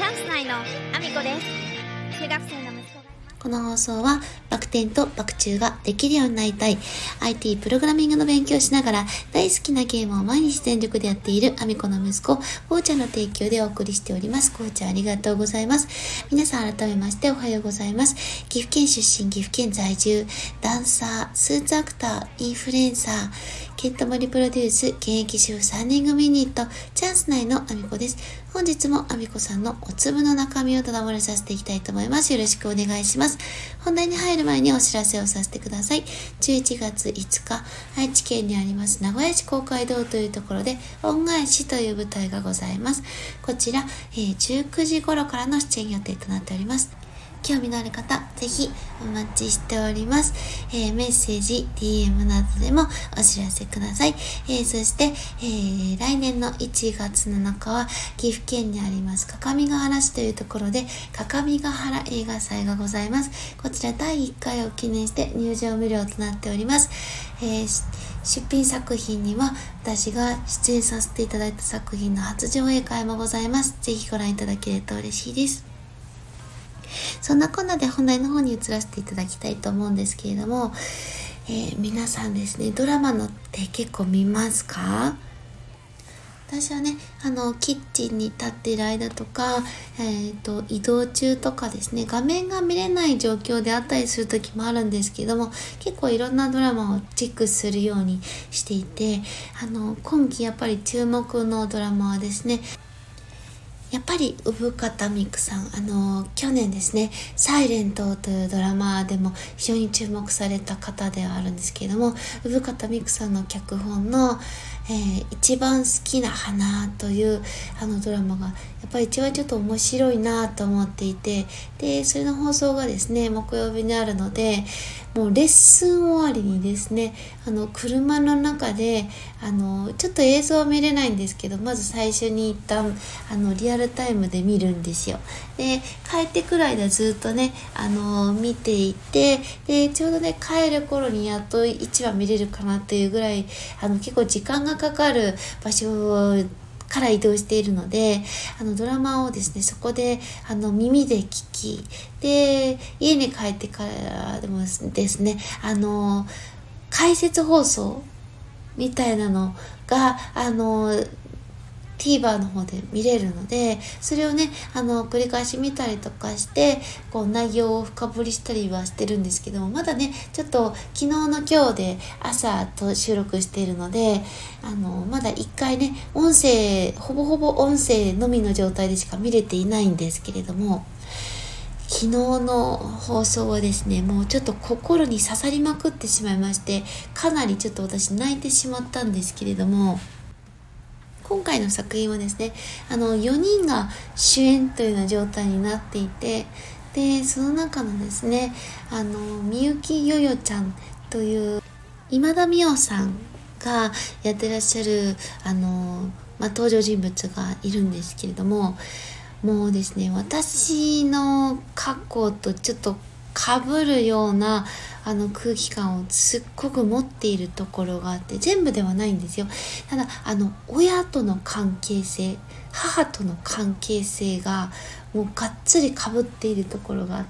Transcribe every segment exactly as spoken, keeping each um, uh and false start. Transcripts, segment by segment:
ャンス内のアミコです。中学生の息子がいます。 この放送はバク転とバク宙ができるようになりたい アイティー プログラミングの勉強をしながら大好きなゲームを毎日全力でやっているアミコの息子こうちゃんの提供でお送りしております。こうちゃんありがとうございます。皆さん改めましておはようございます。岐阜県出身、岐阜県在住、ダンサー、スーツアクター、インフルエンサー、ケントモリプロデュース、現役主婦さんにん組ユニットチャンス内のアミコです。本日もアミコさんのお粒の中身をただ漏れさせていきたいと思います。よろしくお願いします。本題に入る前にお知らせをさせてください。じゅういちがついつか、愛知県にあります名古屋市公会堂というところで恩返しという舞台がございます。こちら、えー、じゅうくじ頃からの出演予定となっております。興味のある方、ぜひお待ちしております。えー、メッセージ、ディーエム などでもお知らせください。えー、そして、えー、来年のいちがつなのかは岐阜県にあります各務原市というところで各務原映画祭がございます。こちらだいいっかいを記念して入場無料となっております。えー、出品作品には私が出演させていただいた作品の初上映会もございます。ぜひご覧いただけると嬉しいです。そんなこんなで本題の方に移らせていただきたいと思うんですけれども、えー、皆さんですね、ドラマのって結構見ますか？私はね、あのキッチンに立っている間とか、えーと、移動中とかですね、画面が見れない状況であったりする時もあるんですけども、結構いろんなドラマをチェックするようにしていて、あの今期やっぱり注目のドラマはですね、やっぱり生方美久さん、あの去年ですね、サイレントというドラマでも非常に注目された方ではあるんですけれども、生方美久さんの脚本の、えー、一番好きな花というあのドラマがやっぱり一番ちょっと面白いなと思っていて、でそれの放送がですね木曜日にあるので、もうレッスン終わりにですね、あの車の中であのちょっと映像は見れないんですけど、まず最初に一旦あのリアルタイムで見るんですよ。で帰ってくる間ずっとねあの見ていて、でちょうどね帰る頃にやっといちわ見れるかなっていうぐらい、あの結構時間がかかる場所から移動しているので、あのドラマをですねそこであの耳で聞き、で家に帰ってからでもですね、あの解説放送みたいなのがあのTVer の方で見れるので、それをねあの繰り返し見たりとかしてこう内容を深掘りしたりはしてるんですけども、まだねちょっと昨日の今日で朝と収録しているので、あのまだ一回ね音声ほぼほぼ音声のみの状態でしか見れていないんですけれども、昨日の放送はですねもうちょっと心に刺さりまくってしまいまして、かなりちょっと私泣いてしまったんですけれども、今回の作品はですね、あのよにんが主演というような状態になっていて、でその中のですね、あのみゆきよよちゃんという今田美桜さんがやってらっしゃるあの、まあ、登場人物がいるんですけれども、もうですね私の過去とちょっと被るようなあの空気感をすっごく持っているところがあって、全部ではないんですよ。ただあの親との関係性、母との関係性がもうがっつり被っているところがあって、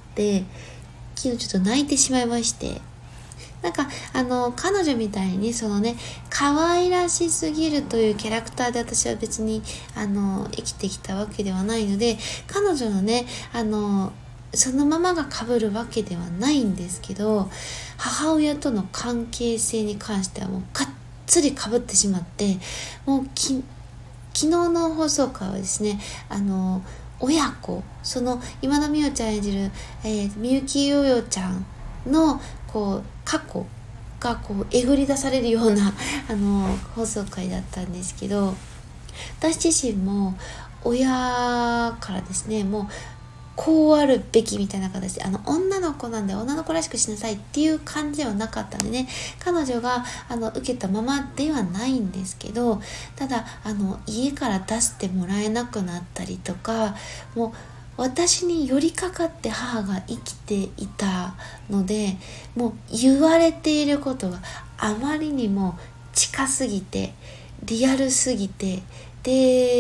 昨日ちょっと泣いてしまいまして、なんかあの彼女みたいにそのね可愛らしすぎるというキャラクターで私は別にあの生きてきたわけではないので、彼女のねあのそのままが被るわけではないんですけど、母親との関係性に関してはもうがっつり被ってしまって、もうき昨日の放送回はですね、あの親子、その今田美桜ちゃん演じる、えー、みゆきよよちゃんのこう過去がこうえぐり出されるようなあの放送回だったんですけど、私自身も親からですね、もうこうあるべきみたいな形で、あの女の子なんで女の子らしくしなさいっていう感じではなかったんでね、彼女があの受けたままではないんですけど、ただあの家から出してもらえなくなったりとか、もう私に寄りかかって母が生きていたので、もう言われていることがあまりにも近すぎてリアルすぎて、で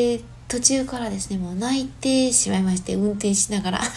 途中からですね、もう泣いてしまいまして、運転しながら。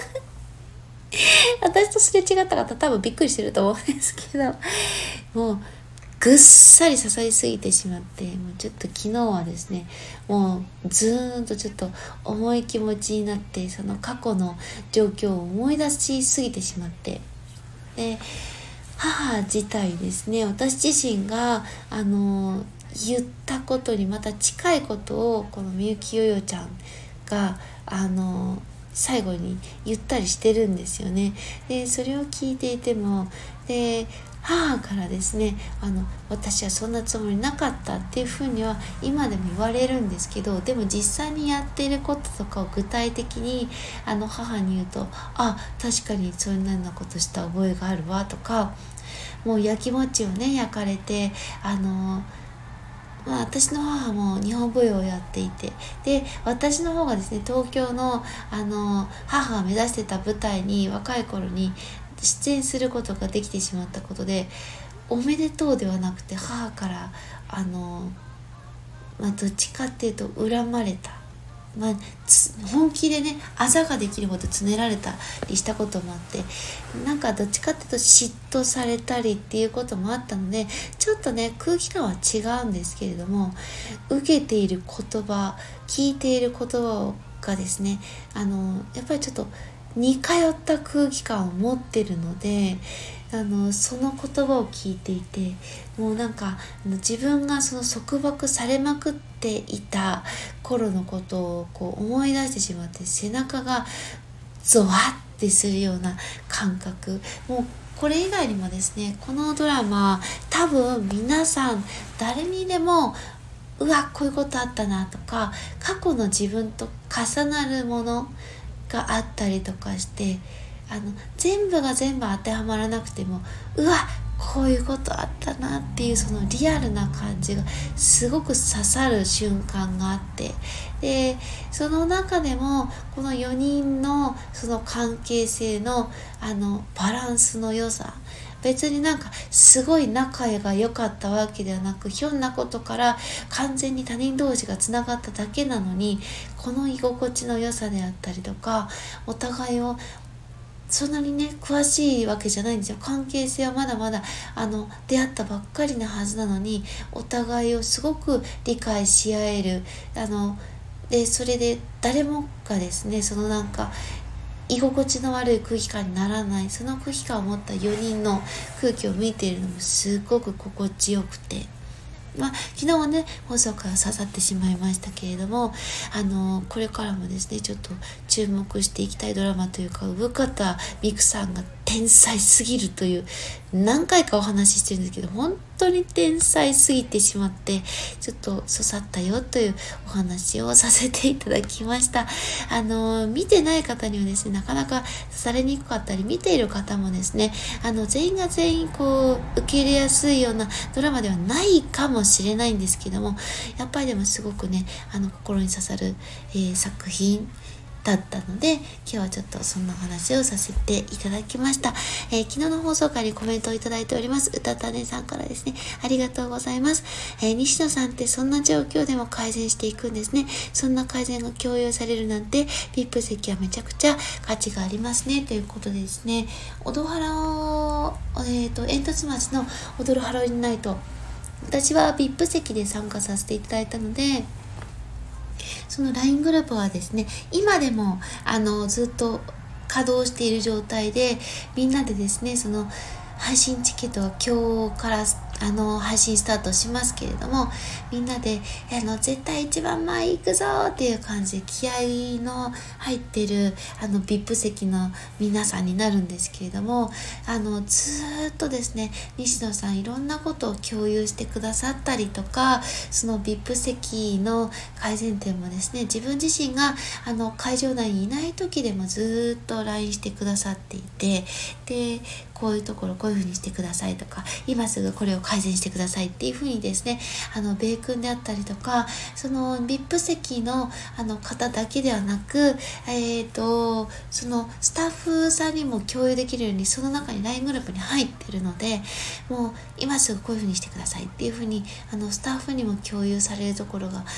私とすれ違った方多分びっくりしてると思うんですけど、もうぐっさり刺さりすぎてしまって、もうちょっと昨日はですね、もうずーんとちょっと重い気持ちになって、その過去の状況を思い出しすぎてしまって、で母自体ですね、私自身があの言ったことにまた近いことをこのみゆきよよちゃんがあの最後に言ったりしてるんですよね。でそれを聞いていても、で母からですね、あの私はそんなつもりなかったっていうふうには今でも言われるんですけど、でも実際にやっていることとかを具体的にあの母に言うと、あ、確かにそんなようなことした覚えがあるわとか、もう焼き餅をね焼かれて、あのまあ、私の母も日本舞踊をやっていて、で私の方がですね、東京のあの母が目指してた舞台に若い頃に出演することができてしまったことで、おめでとうではなくて母からあの、まあ、どっちかっていうと恨まれた、まあ、本気でねあざができるほどつねられたりしたこともあって、なんかどっちかっていうと嫉妬されたりっていうこともあったので、ちょっとね空気感は違うんですけれども、受けている言葉、聞いている言葉がですね、あのやっぱりちょっと似通った空気感を持ってるので、あのその言葉を聞いていて、もうなんか自分がその束縛されまくっていた頃のことをこう思い出してしまって、背中がゾワッてするような感覚。もうこれ以外にもですね、このドラマ多分皆さん誰にでもうわこういうことあったなとか、過去の自分と重なるものがあったりとかして、あの全部が全部当てはまらなくても、うわこういうことあったなっていうそのリアルな感じがすごく刺さる瞬間があって、でその中でもこのよにんのその関係性のあのバランスの良さ、別になんかすごい仲が良かったわけではなく、ひょんなことから完全に他人同士がつながっただけなのに、この居心地の良さであったりとか、お互いをそんなにね詳しいわけじゃないんですよ。関係性はまだまだあの出会ったばっかりなはずなのに、お互いをすごく理解し合える、あのでそれで誰もがですね、そのなんか居心地の悪い空気感にならない、その空気感を持ったよにんの空気を見ているのもすごく心地よくて、まあ、昨日はね放送から刺さってしまいましたけれども、あのこれからもですねちょっと注目していきたいドラマというか、生方美久さんが天才すぎるという、何回かお話ししてるんですけど、本当に天才すぎてしまってちょっと刺さったよというお話をさせていただきました。あの見てない方にはですねなかなか刺されにくかったり、見ている方もですねあの全員が全員こう受け入れやすいようなドラマではないかもしれないんですけども、やっぱりでもすごくねあの心に刺さる、えー、作品だったので、今日はちょっとそんな話をさせていただきました。えー、昨日の放送回にコメントをいただいております。うたたねさんからですね、ありがとうございます。えー、西野さんってそんな状況でも改善していくんですね。そんな改善が共有されるなんて ブイアイピー 席はめちゃくちゃ価値がありますねということでですね、小戸原を、えーと、煙突町の踊るハロウィンナイト、私は ブイアイピー 席で参加させていただいたので、その ライン グループはですね今でもあのずっと稼働している状態で、みんなでですねその配信チケットは今日からあの配信スタートしますけれども、みんなであの絶対一番前行くぞっていう感じで気合の入ってるあの ブイアイピー 席の皆さんになるんですけれども、あのずーっとですね西野さんいろんなことを共有してくださったりとか、その ブイアイピー 席の改善点もですね自分自身があの会場内にいない時でもずっと ライン してくださっていて、でこういうところこういう風にしてくださいとか、今すぐこれを改善してくださいっていう風にですね、あの米君であったりとか、その ブイアイピー 席のあの方だけではなく、えーとそのスタッフさんにも共有できるようにその中に ライン グループに入ってるので、もう今すぐこういう風にしてくださいっていう風にあのスタッフにも共有されるところが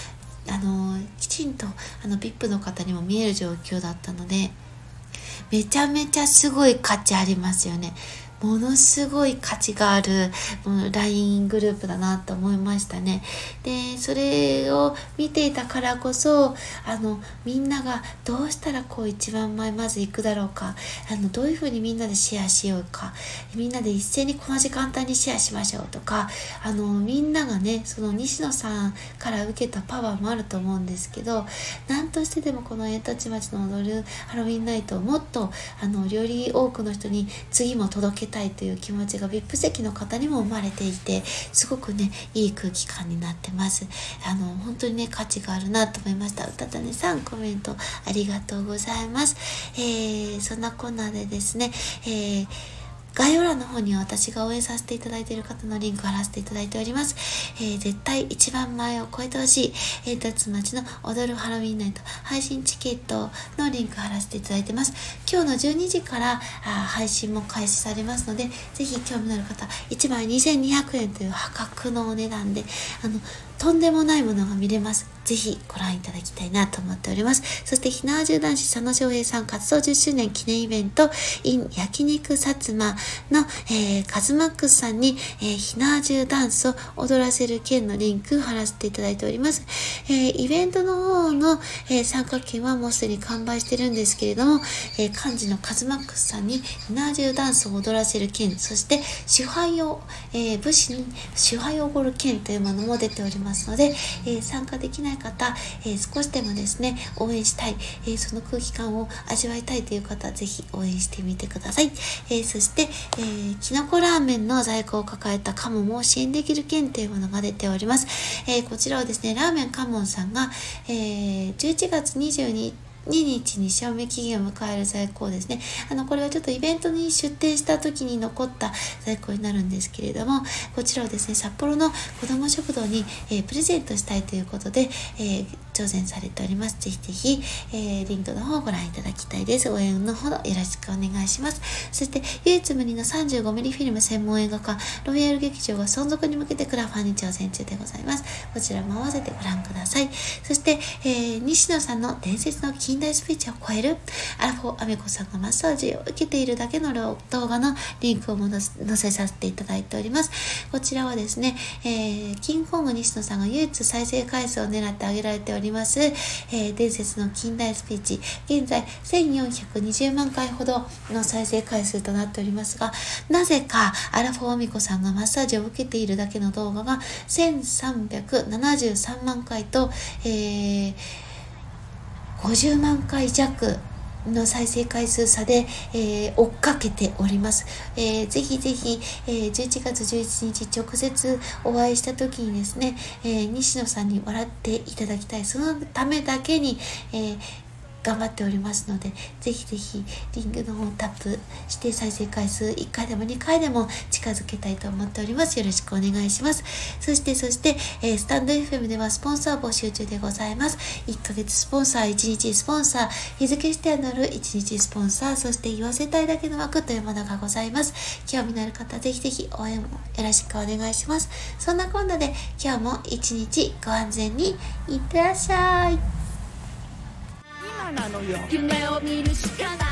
あのきちんとあの ブイアイピー の方にも見える状況だったので、めちゃめちゃすごい価値ありますよね。ものすごい価値がある ライン グループだなと思いましたね。で、それを見ていたからこそ、あのみんながどうしたらこう一番前まず行くだろうか、あのどういうふうにみんなでシェアしようか、みんなで一斉にこの時間帯にシェアしましょうとか、あのみんながね、その西野さんから受けたパワーもあると思うんですけど、なんとしてでもこの煙突町の踊るハロウィンナイトをもっとあのより多くの人に次も届けたいという気持ちが ブイアイピー 席の方にも生まれていて、すごくねいい空気感になってます。あの本当にね価値があるなと思いました。うたたねさん、コメントありがとうございます。えー、そんなこんなでですね、えー概要欄の方には私が応援させていただいている方のリンクを貼らせていただいております。えー、絶対一番前を超えてほしい煙突町の踊るハロウィンナイト配信チケットのリンク貼らせていただいてます。今日のじゅうにじからあ配信も開始されますので、ぜひ興味のある方、いちまいにせんにひゃくえんという破格のお値段であのとんでもないものが見れます。ぜひご覧いただきたいなと思っております。そしてひなわじゅう男子佐野翔平さん活動じゅっしゅうねん記念イベント in 焼肉薩摩の、えー、カズマックスさんに、えー、ひなわじゅうダンスを踊らせる券のリンク貼らせていただいております。えー、イベントの方の、えー、参加券はもうすでに完売してるんですけれども、えー、幹事のカズマックスさんにひなわじゅうダンスを踊らせる券、そして主杯を、えー、武士に主杯をおごる券というものも出ておりますので、えー、参加できない方、えー、少しでもですね応援したい、えー、その空気感を味わいたいという方はぜひ応援してみてください。えー、そして、えー、きのこラーメンの在庫を抱えたカモンも支援できる券というものが出ております。えー、こちらはですねラーメンカモンさんが、えー、じゅういちがつにじゅうににちに賞味期限を迎える在庫をですね、あのこれはちょっとイベントに出店した時に残った在庫になるんですけれども、こちらをですね札幌の子ども食堂に、えー、プレゼントしたいということで、えー、挑戦されております。ぜひぜひ、えー、リンクの方をご覧いただきたいです。応援のほどよろしくお願いします。そして唯一無二の さんじゅうごミリ フィルム専門映画化ロイヤル劇場が存続に向けてクラファンに挑戦中でございます。こちらも合わせてご覧ください。そして、えー、西野さんの伝説の近代スピーチを超えるアラフォーアメコさんがマッサージを受けているだけの動画のリンクを載せさせていただいております。こちらはですね、えー、キングコング西野さんが唯一再生回数を狙って挙げられております、えー、伝説の近代スピーチ、現在せんよんひゃくにじゅうまんかいほどの再生回数となっておりますが、なぜかアラフォーアメコさんがマッサージを受けているだけの動画がせんさんびゃくななじゅうさんまんかいと、えーごじゅうまんかい弱の再生回数差で、えー、追っかけております。えー、ぜひぜひ、えー、じゅういちがつじゅういちにち直接お会いした時にですね、えー、西野さんに笑っていただきたい。そのためだけに、えー頑張っておりますので、ぜひぜひリンクの方をタップして再生回数いっかいでもにかいでも近づけたいと思っております。よろしくお願いします。そしてそして、えー、スタンド エフエム ではスポンサー募集中でございます。いっかげつスポンサー、いちにちスポンサー、日付指定のあるいちにちスポンサー、そして言わせたいだけの枠というものがございます。興味のある方、ぜひぜひ応援もよろしくお願いします。そんなこんなで今日も一日ご安全にいってらっしゃい。 なのよ夢を見るしかない